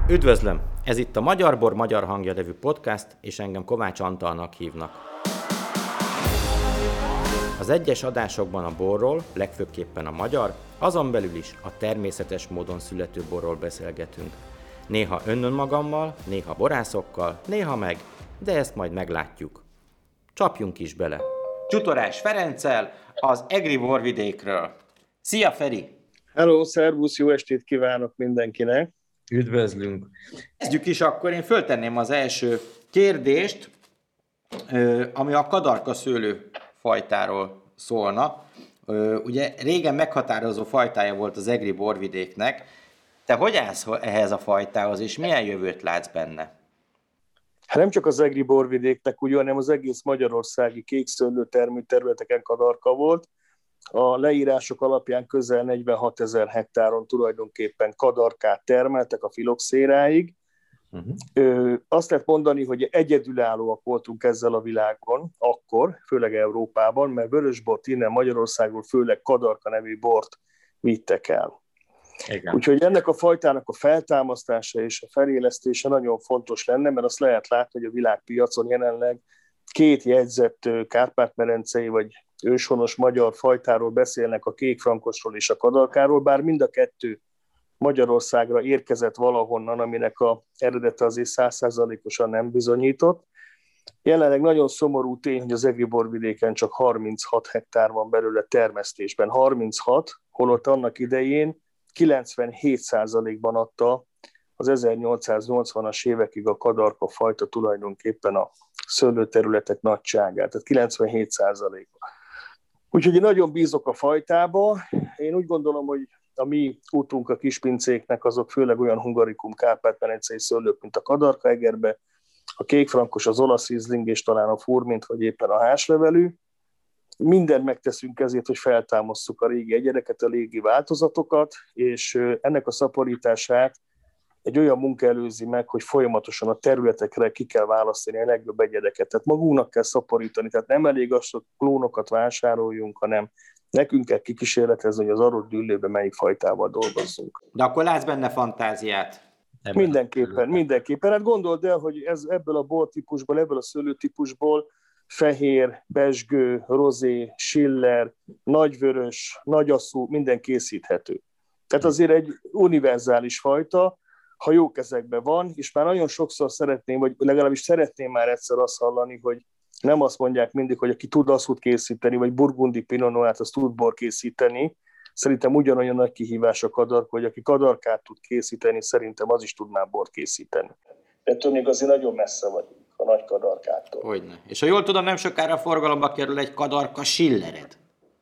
Üdvözlöm! Ez itt a Magyar Bor Magyar Hangja nevű podcast, és engem Kovács Antalnak hívnak. Az egyes adásokban a borról, legfőképpen a magyar, azon belül is a természetes módon születő borról beszélgetünk. Néha önmagammal, néha borászokkal, néha meg, de ezt majd meglátjuk. Csapjunk is bele! Csutorás Ferenccel, az Egri borvidékről. Szia, Feri! Hello, szervusz, jó estét kívánok mindenkinek! Üdvözlünk! Kezdjük is akkor, én föltenném az első kérdést, ami a kadarka szőlő fajtáról szólna. Ugye régen meghatározó fajtája volt az egri borvidéknek. Te hogy állsz ehhez a fajtához, és milyen jövőt látsz benne? Hát nem csak az egri borvidéknek, ugye, hanem az egész magyarországi kékszőlő termőterületeken kadarka volt. A leírások alapján közel 46 000 hektáron tulajdonképpen kadarkát termeltek a filoxéráig. Azt lehet mondani, hogy egyedülállóak voltunk ezzel a világon akkor, főleg Európában, mert vörösbort innen Magyarországról főleg kadarka nevű bort vittek el. Igen. Úgyhogy ennek a fajtának a feltámasztása és a felélesztése nagyon fontos lenne, mert azt lehet látni, hogy a világpiacon jelenleg két jegyzett kárpát-medencei vagy őshonos magyar fajtáról beszélnek, a kékfrankosról és a kadarkáról, bár mind a kettő Magyarországra érkezett valahonnan, aminek a eredete azért 100%-osan nem bizonyított. Jelenleg nagyon szomorú tény, hogy az egri borvidéken csak 36 hektár van belőle termesztésben. 36, holott annak idején 97%-ban adta az 1880-as évekig a kadarka fajta tulajdonképpen a szőlőterületek nagyságát, tehát 97%. Úgyhogy én nagyon bízok a fajtába. Én úgy gondolom, hogy a mi útunk a kispincéknek azok főleg olyan hungarikum kárpát-medencei szőlők, mint a kadarkaegerbe, a kékfrankos, az olasz rizling és talán a furmint, vagy éppen a háslevelű. Mindent megteszünk ezért, hogy feltámasszuk a régi egyedeket, a régi változatokat, és ennek a szaporítását egy olyan munka előzi meg, hogy folyamatosan a területekre ki kell választani a legjobb egyedeket. Tehát magunknak kell szaporítani, tehát nem elég azt, hogy klónokat vásároljunk, hanem nekünk kell kikísérletezni, hogy az adott dűlőben melyik fajtával dolgozzunk. De akkor látsz benne fantáziát? Mindenképpen. Hát gondold el, hogy ebből a bortípusból, ebből a szőlőtípusból fehér, pezsgő, rozé, schiller, nagyvörös, nagyasszú, minden készíthető. Tehát azért egy univerzális fajta, ha jó kezekben van, és már nagyon sokszor szeretném, vagy legalábbis szeretném már egyszer azt hallani, hogy nem azt mondják mindig, hogy aki tud asszút készíteni, vagy burgundi pinot noir-t, az tud bor készíteni. Szerintem ugyanolyan nagy kihívás a kadarka, hogy aki kadarkát tud készíteni, szerintem az is tud már bort készíteni. Ettől még azért nagyon messze vagyunk a nagy kadarkától. Hogyne. És ha jól tudom, nem sokára forgalomba kerül egy kadarka schillered.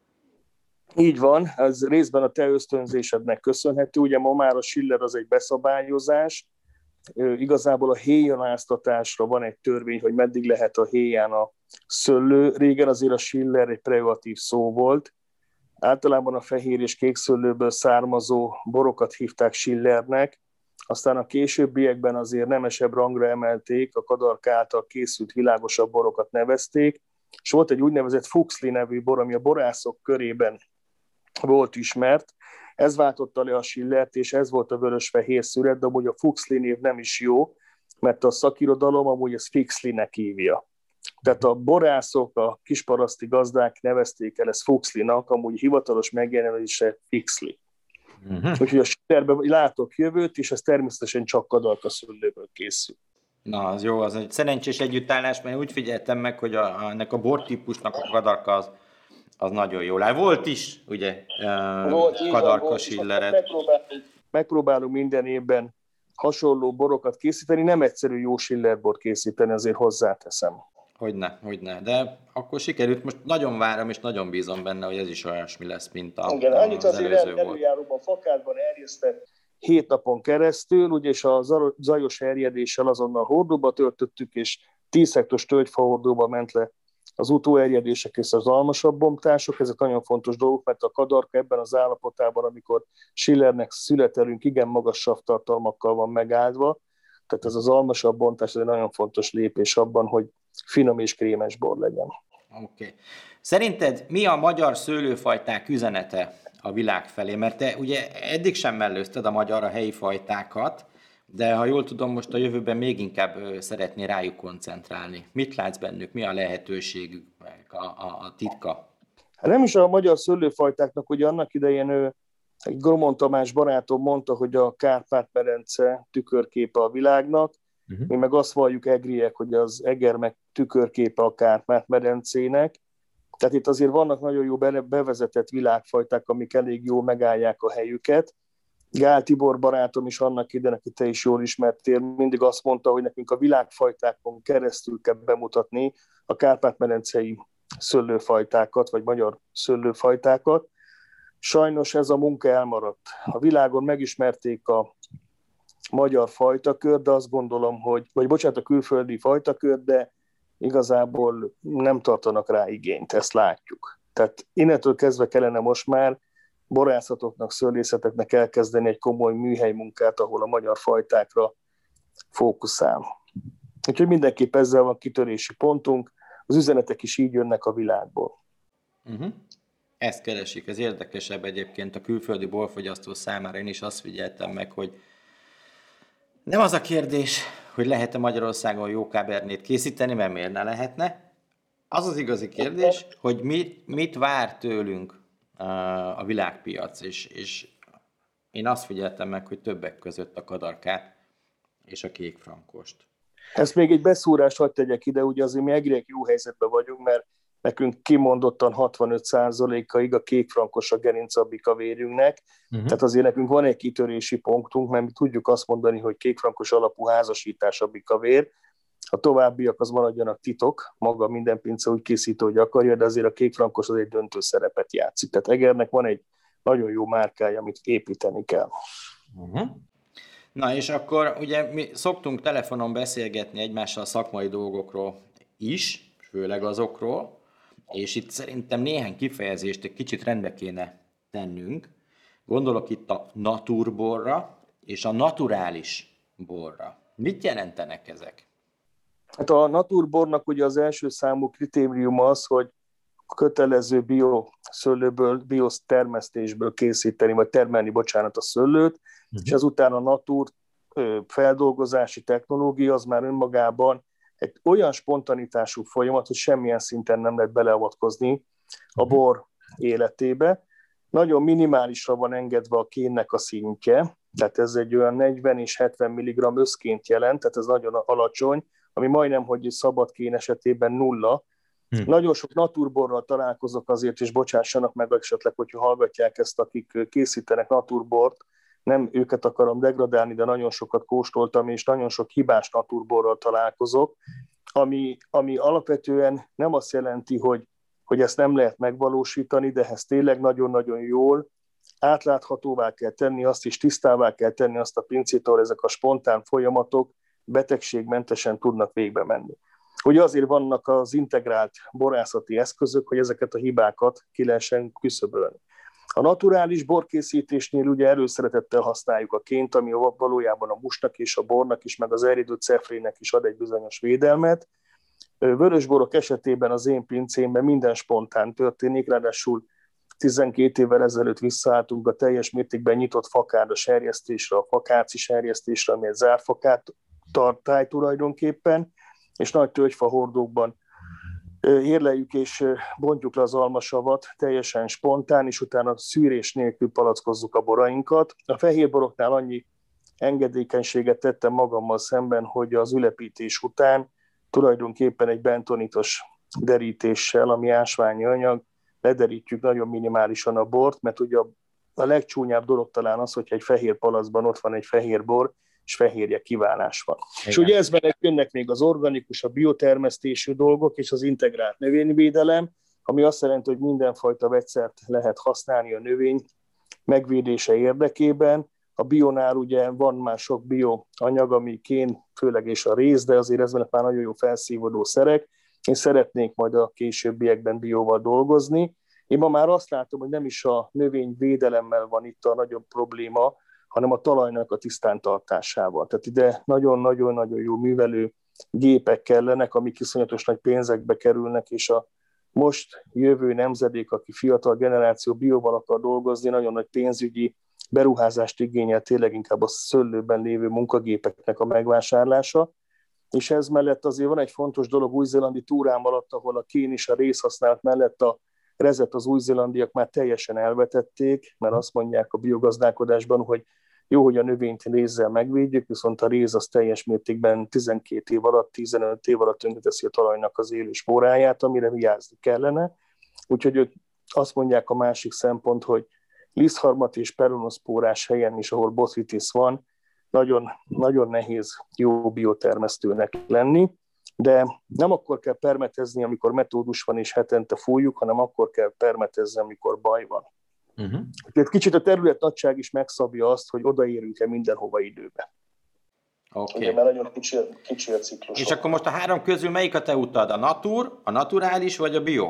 Így van, ez részben a te ösztönzésednek köszönhető. Ugye ma már a schiller az egy beszabályozás. Igazából a héjanáztatásra van egy törvény, hogy meddig lehet a héján a szőlő. Régen azért a schiller egy prerogatív szó volt. Általában a fehér és kék szőlőből származó borokat hívták schillernek, aztán a későbbiekben azért nemesebb rangra emelték, a kadarka által készült világosabb borokat nevezték, és volt egy úgynevezett Fuxli nevű bor, ami a borászok körében volt ismert. Ez váltotta le a schillert, és ez volt a vörös-fehér szüret, de amúgy a Fuxli név nem is jó, mert a szakirodalom amúgy ezt Fixlinek hívja. Tehát a borászok, a kisparaszti gazdák nevezték el ezt Fuxlinak, amúgy hivatalos megjelenése Fixli. Úgyhogy a schillerben látok jövőt, és ez természetesen csak kadarka szőlőből készül. Na, az jó, az egy szerencsés együttállás, mert úgy figyeltem meg, hogy ennek a bortípusnak a kadarka az nagyon jól áll. Volt is, ugye, kadarka schillered. Megpróbálunk minden évben hasonló borokat készíteni, nem egyszerű jó schillerbort készíteni, azért hozzáteszem. Hogyne, de akkor sikerült, most nagyon várom, és nagyon bízom benne, hogy ez is olyasmi lesz, mint igen, annyit az azért előjáróban fakádban erjesztett 7 napon keresztül, ugye, és a zajos erjedéssel azonnal hordóba töltöttük, és 10 hektos tölgyfahordóba ment le az utóerjedések és az almasabb bontások. Ezek nagyon fontos dolgok, mert a kadarka ebben az állapotában, amikor schillernek születelünk, igen magas savtartalmakkal van megáldva, tehát ez az almasabb bontás, ez egy nagyon fontos lépés abban, hogy finom és krémes bor legyen. Oké. Szerinted mi a magyar szőlőfajták üzenete a világ felé? Mert te ugye eddig sem mellőzted a magyar, a helyi fajtákat, De ha jól tudom, most a jövőben még inkább szeretné rájuk koncentrálni. Mit látsz bennük? Mi a lehetőségük, a titka? Hát nem is a magyar szőlőfajtáknak, ugye annak idején egy Gromon Tamás barátom mondta, hogy a Kárpát-medence tükörképe a világnak, mi meg azt valljuk egriek, hogy az eger meg tükörképe a Kárpát-medencének. Tehát itt azért vannak nagyon jó bevezetett világfajták, amik elég jól megállják a helyüket. Gál Tibor barátom is annak idején, aki te is jól ismertél, mindig azt mondta, hogy nekünk a világfajtákon keresztül kell bemutatni a Kárpát-medencei szőlőfajtákat, vagy magyar szőlőfajtákat. Sajnos ez a munka elmaradt. A világon megismerték a magyar fajtakört, de azt gondolom, a külföldi fajtakört, de igazából nem tartanak rá igényt, ezt látjuk. Tehát innentől kezdve kellene most már borászatoknak, szőlészeteknek elkezdeni egy komoly műhely munkát, ahol a magyar fajtákra fókuszál. Úgyhogy mindenképp ezzel van kitörési pontunk, az üzenetek is így jönnek a világból. Ezt keresik, ez érdekesebb egyébként a külföldi borfogyasztó számára. Én is azt figyeltem meg, hogy nem az a kérdés, hogy lehet-e Magyarországon jó Cabernét készíteni, mert miért ne lehetne. Az az igazi kérdés, hogy mit vár tőlünk a világpiac, és én azt figyeltem meg, hogy többek között a kadarkát és a kékfrankost. Ezt még egy beszúrást hadd tegyek ide, ugye azért mi egriek jó helyzetben vagyunk, mert nekünk kimondottan 65%-ig a kékfrankos a gerincabik a vérünknek, tehát azért nekünk van egy kitörési pontunk, mert mi tudjuk azt mondani, hogy kékfrankos alapú házasítás a bikavér, a továbbiak az maradjanak titok, maga minden pince úgy készítő, hogy akarja, de azért a kékfrankos az egy döntő szerepet játszik. Tehát Egernek van egy nagyon jó márkája, amit építeni kell. Na és akkor ugye mi szoktunk telefonon beszélgetni egymással szakmai dolgokról is, főleg azokról, és itt szerintem néhány kifejezést egy kicsit rendbe kéne tennünk. Gondolok itt a naturborra és a naturális borra. Mit jelentenek ezek? Hát a naturbornak ugye az első számú kritérium az, hogy kötelező bioszőlőből, biotermesztésből készíteni, vagy termelni, a szőlőt, és ezután a natur feldolgozási technológia az már önmagában egy olyan spontanitású folyamat, hogy semmilyen szinten nem lehet beleavatkozni a bor életébe. Nagyon minimálisra van engedve a kénnek a szintje, tehát ez egy olyan 40 és 70 mg összként jelent, tehát ez nagyon alacsony, ami majdnem, hogy szabad kén esetében nulla. Nagyon sok naturborral találkozok azért, és bocsássanak meg esetleg, hogyha hallgatják ezt, akik készítenek naturbort, nem őket akarom degradálni, de nagyon sokat kóstoltam, és nagyon sok hibás naturborral találkozok, ami alapvetően nem azt jelenti, hogy ezt nem lehet megvalósítani, de ezt tényleg nagyon-nagyon jól átláthatóvá kell tenni, azt is tisztává kell tenni azt a pincét, ahol ezek a spontán folyamatok betegségmentesen tudnak végbe menni. Ugye azért vannak az integrált borászati eszközök, hogy ezeket a hibákat ki lehessen küszöbölni. A naturális borkészítésnél ugye előszeretettel használjuk a ként, ami valójában a musnak és a bornak is, meg az elridő cefrének is ad egy bizonyos védelmet. Vörösborok esetében az én pincémben minden spontán történik, ráadásul 12 évvel ezelőtt visszaálltunk a teljes mértékben nyitott fakárda serjesztésre, a fakáci serjesztésre, ami egy zárfakát tartály tulajdonképpen, és nagy tölgyfa hordókban érleljük és bontjuk le az almasavat teljesen spontán, és utána szűrés nélkül palackozzuk a borainkat. A fehérboroknál annyi engedékenységet tettem magammal szemben, hogy az ülepítés után tulajdonképpen egy bentonitos derítéssel, ami ásványi anyag, lederítjük nagyon minimálisan a bort, mert ugye a legcsúnyább dolog talán az, hogyha egy fehér palacban ott van egy fehér bor, és fehérje kiválás van. Igen. És ugye ezben jönnek még az organikus, a biotermesztésű dolgok, és az integrált növényvédelem, ami azt jelenti, hogy mindenfajta vegyszert lehet használni a növény megvédése érdekében. A bionál ugye van már sok bioanyag, ami kén, főleg és a rész, de azért ezben már nagyon jó felszívódó szerek. Én szeretnék majd a későbbiekben bióval dolgozni. Én ma már azt látom, hogy nem is a növényvédelemmel van itt a nagyobb probléma, hanem a talajnak a tisztántartásával. Tehát ide nagyon-nagyon-nagyon jó művelő gépek kellenek, amik iszonyatos nagy pénzekbe kerülnek, és a most jövő nemzedék, aki fiatal generáció bióval akar dolgozni, nagyon nagy pénzügyi beruházást igényel tényleg inkább a szőlőben lévő munkagépeknek a megvásárlása, és ez mellett azért van egy fontos dolog új-zélandi túrám alatt, ahol a kén és a részhasználat mellett a rezet az új-zélandiak már teljesen elvetették, mert azt mondják a biogazdálkodásban, hogy jó, hogy a növényt rézzel megvédjük, viszont a réz az teljes mértékben 12 év alatt, 15 év alatt tönkreteszi a talajnak az élő spóráját, amire vigyázni kellene. Úgyhogy ők azt mondják a másik szempont, hogy lisztharmat és peronoszpórás helyen is, ahol botrytis van, nagyon, nagyon nehéz jó biotermesztőnek lenni, de nem akkor kell permetezni, amikor metódus van és hetente fújjuk, hanem akkor kell permetezni, amikor baj van. Uh-huh. Kicsit a terület nagyság is megszabja azt, hogy odaérünk-e mindenhova időbe. Okay. Mert nagyon kicsi a ciklus. És akkor most a három közül melyik a te utad? A natur, a naturális vagy a bio?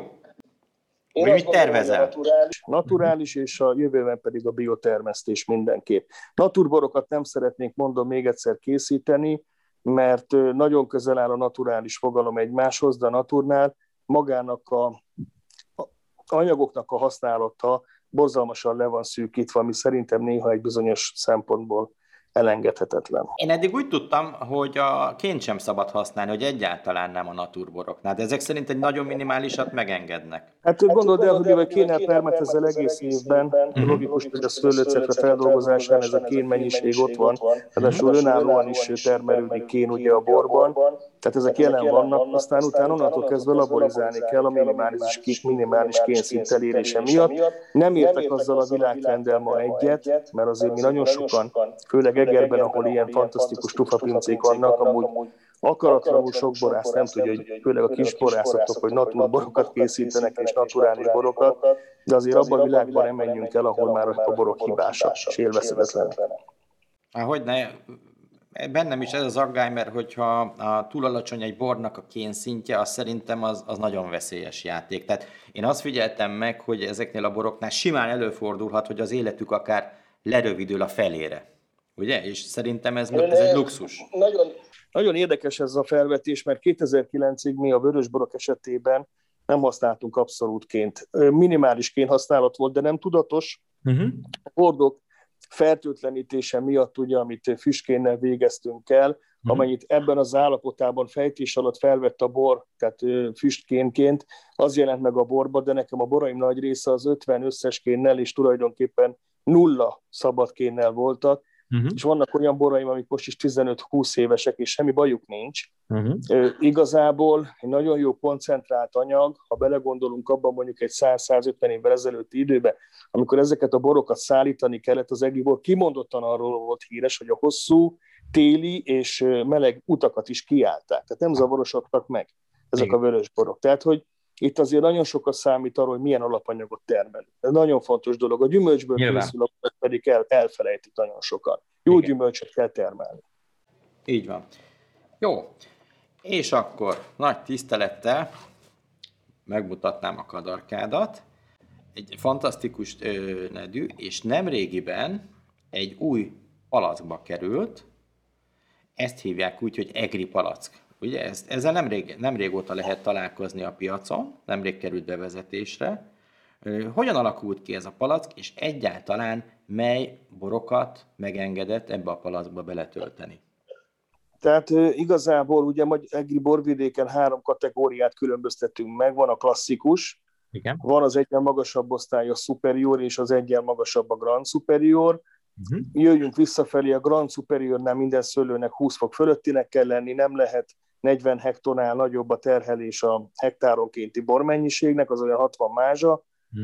Én mit tervezel? Naturális, és a jövőben pedig a biotermesztés mindenképp. Naturborokat nem szeretnénk, mondom még egyszer, készíteni, mert nagyon közel áll a naturális fogalom egymáshoz, de a naturnál magának a anyagoknak a használata borzalmasan le van szűkítve, ami szerintem néha egy bizonyos szempontból elengedhetetlen. Én eddig úgy tudtam, hogy a ként sem szabad használni, hogy egyáltalán nem a naturboroknál, de ezek szerint egy nagyon minimálisat megengednek. Hát gondold el, hogy a kénnel permetezel egész évben, logikus, hogy a szőlőcetre feldolgozásán ez a kén mennyiség ott van, ráadásul önállóan is termelődik kén ugye a borban, tehát ezek jelen vannak, aztán utána onnantól kezdve laborizálni kell a minimális kénszint elérése miatt. Nem értek azzal a világtrenddel ma egyet, mert azért mi nagyon sokan, főleg Egerben, ahol ilyen fantasztikus tufapincék vannak, amúgy akaratlanul sok borász nem tudja, hogy főleg a kis borászatok, hogy naturborokat készítenek és naturális borokat, de azért abban a világban nem menjünk el, ahol már a borok hibásak és élvezhetetlenek. Hogyne, bennem is ez az aggály, mert hogyha túl alacsony egy bornak a kénszintje, az szerintem az nagyon veszélyes játék. Tehát én azt figyeltem meg, hogy ezeknél a boroknál simán előfordulhat, hogy az életük akár lerövidül a felére. Ugye? És szerintem ez egy luxus. Nagyon érdekes ez a felvetés, mert 2009-ig mi a vörösborok esetében nem használtunk abszolútként. Minimális kénhasználat volt, de nem tudatos. A bordok fertőtlenítése miatt, ugye, amit füstkénnel végeztünk el, amennyit ebben az állapotában fejtés alatt felvett a bor, tehát füstkénként, az jelent meg a borba, de nekem a boraim nagy része az 50 összes kénnel, és tulajdonképpen 0 szabadkénnel voltak, és vannak olyan boraim, amik most is 15-20 évesek, és semmi bajuk nincs. Igazából egy nagyon jó koncentrált anyag, ha belegondolunk abban mondjuk egy 100-150 évvel ezelőtti időben, amikor ezeket a borokat szállítani kellett, az egri bor kimondottan arról volt híres, hogy a hosszú, téli és meleg utakat is kiállták. Tehát nem zavarosodtak meg ezek a vörös borok. Tehát, hogy itt azért nagyon sokat számít arról, hogy milyen alapanyagot termelünk. Ez nagyon fontos dolog. A gyümölcsből készül, pedig elfelejtik nagyon sokan. Jó gyümölcsöt kell termelni. Így van. Jó. És akkor nagy tisztelettel megmutatnám a kadarkádat. Egy fantasztikus nedű, és nemrégiben egy új palackba került. Ezt hívják úgy, hogy egri palack. Ugye ezzel nem régóta lehet találkozni a piacon, nemrég került bevezetésre. Hogyan alakult ki ez a palack, és egyáltalán mely borokat megengedett ebbe a palackba beletölteni? Tehát igazából ugye egri borvidéken 3 kategóriát különböztetünk meg. Van a klasszikus, igen. Van az egyen magasabb osztály a superior, és az egyen magasabb a grand superior. Jöjjünk visszafelé, a grand superiornál minden szőlőnek 20 fok fölöttinek kell lenni, nem lehet 40 hektonnál nagyobb a terhelés a hektáronkénti bormennyiségnek, az olyan 60 mázsa,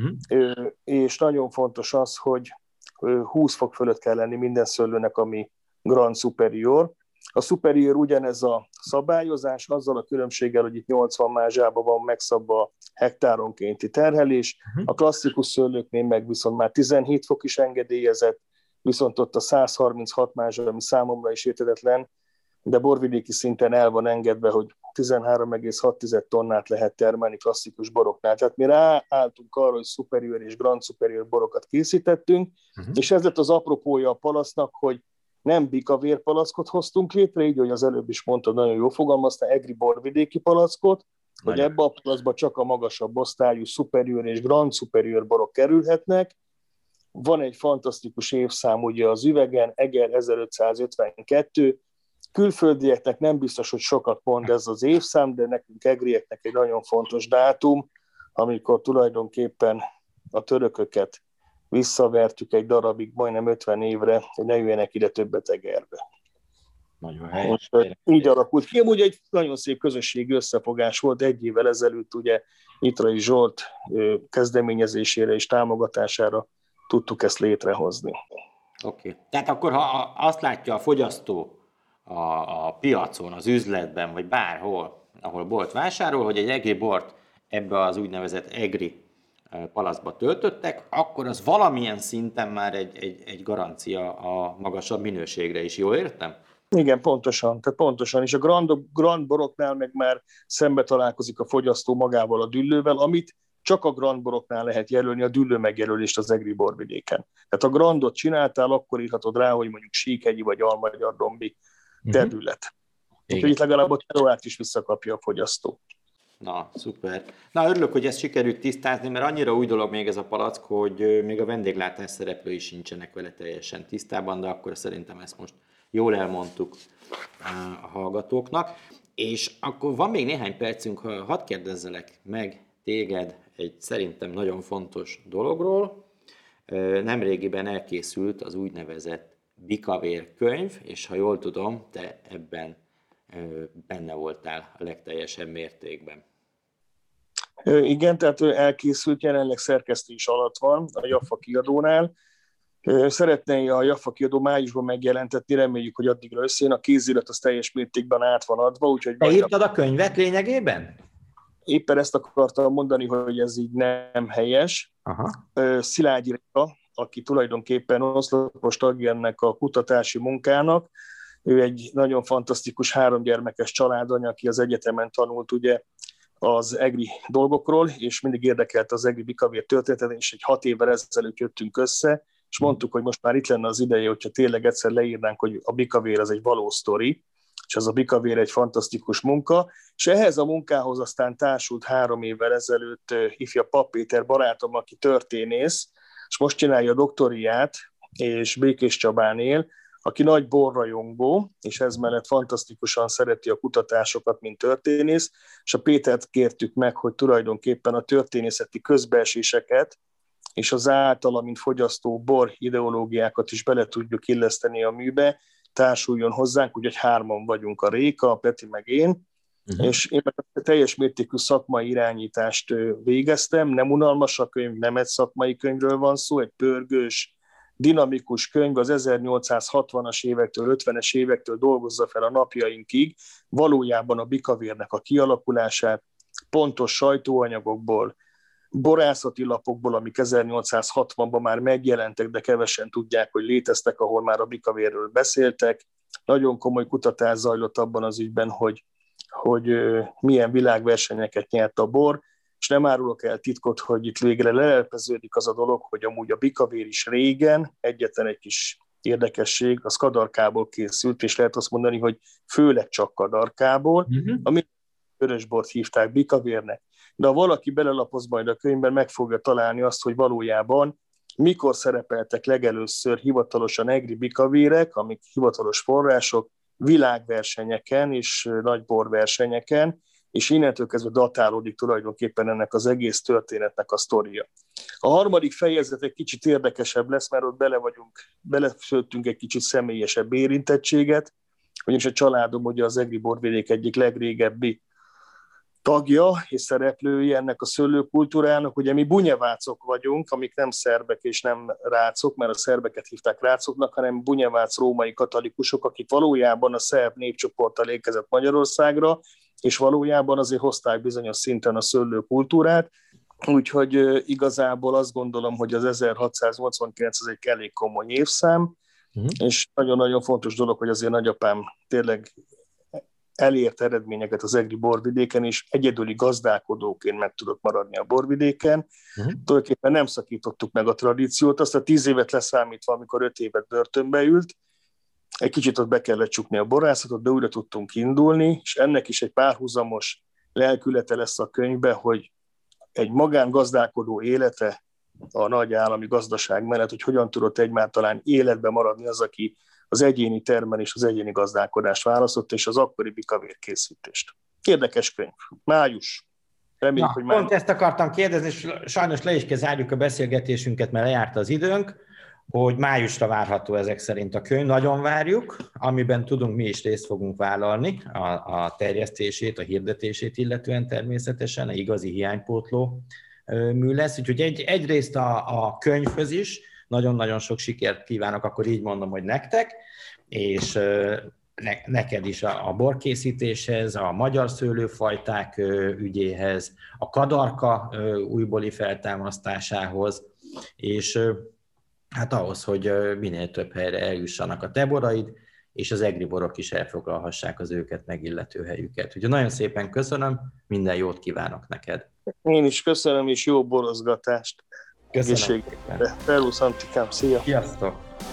és nagyon fontos az, hogy 20 fok fölött kell lenni minden szőlőnek, ami grand superior. A superior ugyanez a szabályozás, azzal a különbséggel, hogy itt 80 mázsában van megszabva a hektáronkénti terhelés, a klasszikus szőlőknél meg viszont már 17 fok is engedélyezett, viszont ott a 136 mázsa, ami számomra is érthetetlen, de borvidéki szinten el van engedve, hogy 13,6 tonnát lehet termelni klasszikus boroknál. Tehát mi ráálltunk arra, hogy superior és grand superior borokat készítettünk, és ez lett az apropója a palasznak, hogy nem bikavérpalackot hoztunk létre, így, hogy az előbb is mondtad, nagyon jól fogalmazta, egri borvidéki palackot, hogy ebbe a piacba csak a magasabb osztályú superior és grand superior borok kerülhetnek. Van egy fantasztikus évszám ugye az üvegen, Eger 1552, külföldieknek nem biztos, hogy sokat mond ez az évszám, de nekünk egrieknek egy nagyon fontos dátum, amikor tulajdonképpen a törököket visszavertük egy darabig, majdnem 50 évre, hogy ne jöjjenek ide többet Egerbe. Nagyon helyes. Így alakult ki. Amúgy egy nagyon szép közösségi összefogás volt egy évvel ezelőtt, ugye Nyitrai Zsolt kezdeményezésére és támogatására tudtuk ezt létrehozni. Oké. Tehát akkor, ha azt látja a fogyasztó a piacon, az üzletben, vagy bárhol, ahol bort vásárol, hogy egy egri bort ebbe az úgynevezett egri palaszba töltöttek, akkor az valamilyen szinten már egy garancia a magasabb minőségre is. Jól értem? Igen, pontosan. Tehát pontosan. És a grand boroknál meg már szembe találkozik a fogyasztó magával a düllővel, amit csak a grand boroknál lehet jelölni a düllő megjelölést az egri borvidéken. Tehát a grandot csináltál, akkor írhatod rá, hogy mondjuk Síkhegyi vagy Almagyar-dombi terület. Úgyhogy itt legalább a terület is visszakapja a fogyasztó. Na, szuper. Na, örülök, hogy ezt sikerült tisztázni, mert annyira új dolog még ez a palack, hogy még a vendéglátás szereplői sincsenek vele teljesen tisztában, de akkor szerintem ezt most jól elmondtuk a hallgatókok. És akkor van még néhány percünk, hadd kérdezzelek meg téged egy szerintem nagyon fontos dologról. Nemrégiben elkészült az úgynevezett Bikavér könyv, és ha jól tudom, te ebben benne voltál a legteljesebb mértékben. Igen, tehát elkészült, jelenleg szerkesztés alatt van a Jaffa kiadónál. Szeretné a Jaffa kiadó májusban megjelentetni, reméljük, hogy addigra összejön. A kézirat az teljes mértékben át van adva. Úgyhogy te írtad a könyvet lényegében? Éppen ezt akartam mondani, hogy ez így nem helyes. Aha. Szilágyi Réka, aki tulajdonképpen oszlopos tagja ennek a kutatási munkának, ő egy nagyon fantasztikus 3 gyermekes családanya, aki az egyetemen tanult ugye az egri dolgokról, és mindig érdekelt az egri bikavér történetet, és egy 6 évvel ezelőtt jöttünk össze, és mondtuk, hogy most már itt lenne az ideje, hogyha tényleg egyszer leírnánk, hogy a bikavér az egy valós sztori, és az a bikavér egy fantasztikus munka, és ehhez a munkához aztán társult 3 évvel ezelőtt ifja Papp Péter barátom, aki történész, és most csinálja a doktoriát, és Békés Csabán él, aki nagy borrajongó, és ez mellett fantasztikusan szereti a kutatásokat, mint történész, és a Pétert kértük meg, hogy tulajdonképpen a történészeti közbeeséseket és az általa, mint fogyasztó bor ideológiákat is bele tudjuk illeszteni a műbe, társuljon hozzánk, úgyhogy 3-an vagyunk, a Réka, a Peti meg én, és én teljes mértékű szakmai irányítást végeztem, nem unalmas a könyv, nem egy szakmai könyvről van szó, egy pörgős, dinamikus könyv az 1860-as évektől, 50-es évektől dolgozza fel a napjainkig, valójában a bikavérnek a kialakulását, pontos sajtóanyagokból, borászati lapokból, amik 1860-ban már megjelentek, de kevesen tudják, hogy léteztek, ahol már a bikavérről beszéltek. Nagyon komoly kutatás zajlott abban az ügyben, hogy milyen világversenyeket nyert a bor, és nem árulok el titkot, hogy itt végre lelpeződik az a dolog, hogy amúgy a bikavér is régen, egyetlen egy kis érdekesség, az kadarkából készült, és lehet azt mondani, hogy főleg csak kadarkából, amit vörösbort hívták bikavérnek. De ha valaki belelapoz majd a könyvben, meg fogja találni azt, hogy valójában mikor szerepeltek legelőször hivatalosan egri bikavérek, amik hivatalos források, világversenyeken és nagy borversenyeken, és innentől kezdve datálódik tulajdonképpen ennek az egész történetnek a sztoria. A 3. fejezet egy kicsit érdekesebb lesz, mert ott belefőttünk egy kicsit személyesebb érintettséget, ugyanis a családom ugye az egri borvidék egyik legrégebbi tagja és szereplői ennek a szőlőkultúrának. Ugye mi bunyevácok vagyunk, amik nem szerbek és nem rácok, mert a szerbeket hívták rácoknak, hanem bunyevác római katolikusok, akik valójában a szerb népcsoporttal érkezett Magyarországra, és valójában azért hozták bizonyos szinten a szőlőkultúrát, úgyhogy igazából azt gondolom, hogy az 1689 az egy elég komoly évszám, és nagyon-nagyon fontos dolog, hogy azért nagyapám tényleg elért eredményeket az egri borvidéken, és egyedüli gazdálkodóként meg tudott maradni a borvidéken. Tulajdonképpen nem szakítottuk meg a tradíciót, azt a 10 évet leszámítva, amikor 5 évet börtönbe ült, egy kicsit ott be kellett csukni a borászatot, de újra tudtunk indulni, és ennek is egy párhuzamos lelkülete lesz a könyvbe, hogy egy magángazdálkodó élete a nagy állami gazdaság mellett, hogy hogyan tudott egyáltalán életbe maradni az, aki az egyéni termelés, az egyéni gazdálkodást választott, és az akkori bikavérkészítést. Érdekes könyv. Május. Reméljük, hogy pont ezt akartam kérdezni, és sajnos le is kell zárjuk a beszélgetésünket, mert lejárt az időnk, hogy májusra várható ezek szerint a könyv. Nagyon várjuk, amiben tudunk, mi is részt fogunk vállalni a terjesztését, a hirdetését illetően természetesen, egy igazi hiánypótló mű lesz. Úgyhogy egyrészt a könyvhöz is nagyon-nagyon sok sikert kívánok, akkor így mondom, hogy nektek, és neked is a borkészítéshez, a magyar szőlőfajták ügyéhez, a kadarka újbóli feltámasztásához, és hát ahhoz, hogy minél több helyre eljussanak a te boraid, és az egri borok is elfoglalhassák az őket megillető helyüket. Úgyhogy nagyon szépen köszönöm, minden jót kívánok neked. Én is köszönöm, és jó borozgatást. Köszönöm. Egészségedre. Szervusz, Antikám, szia! Sziasztok!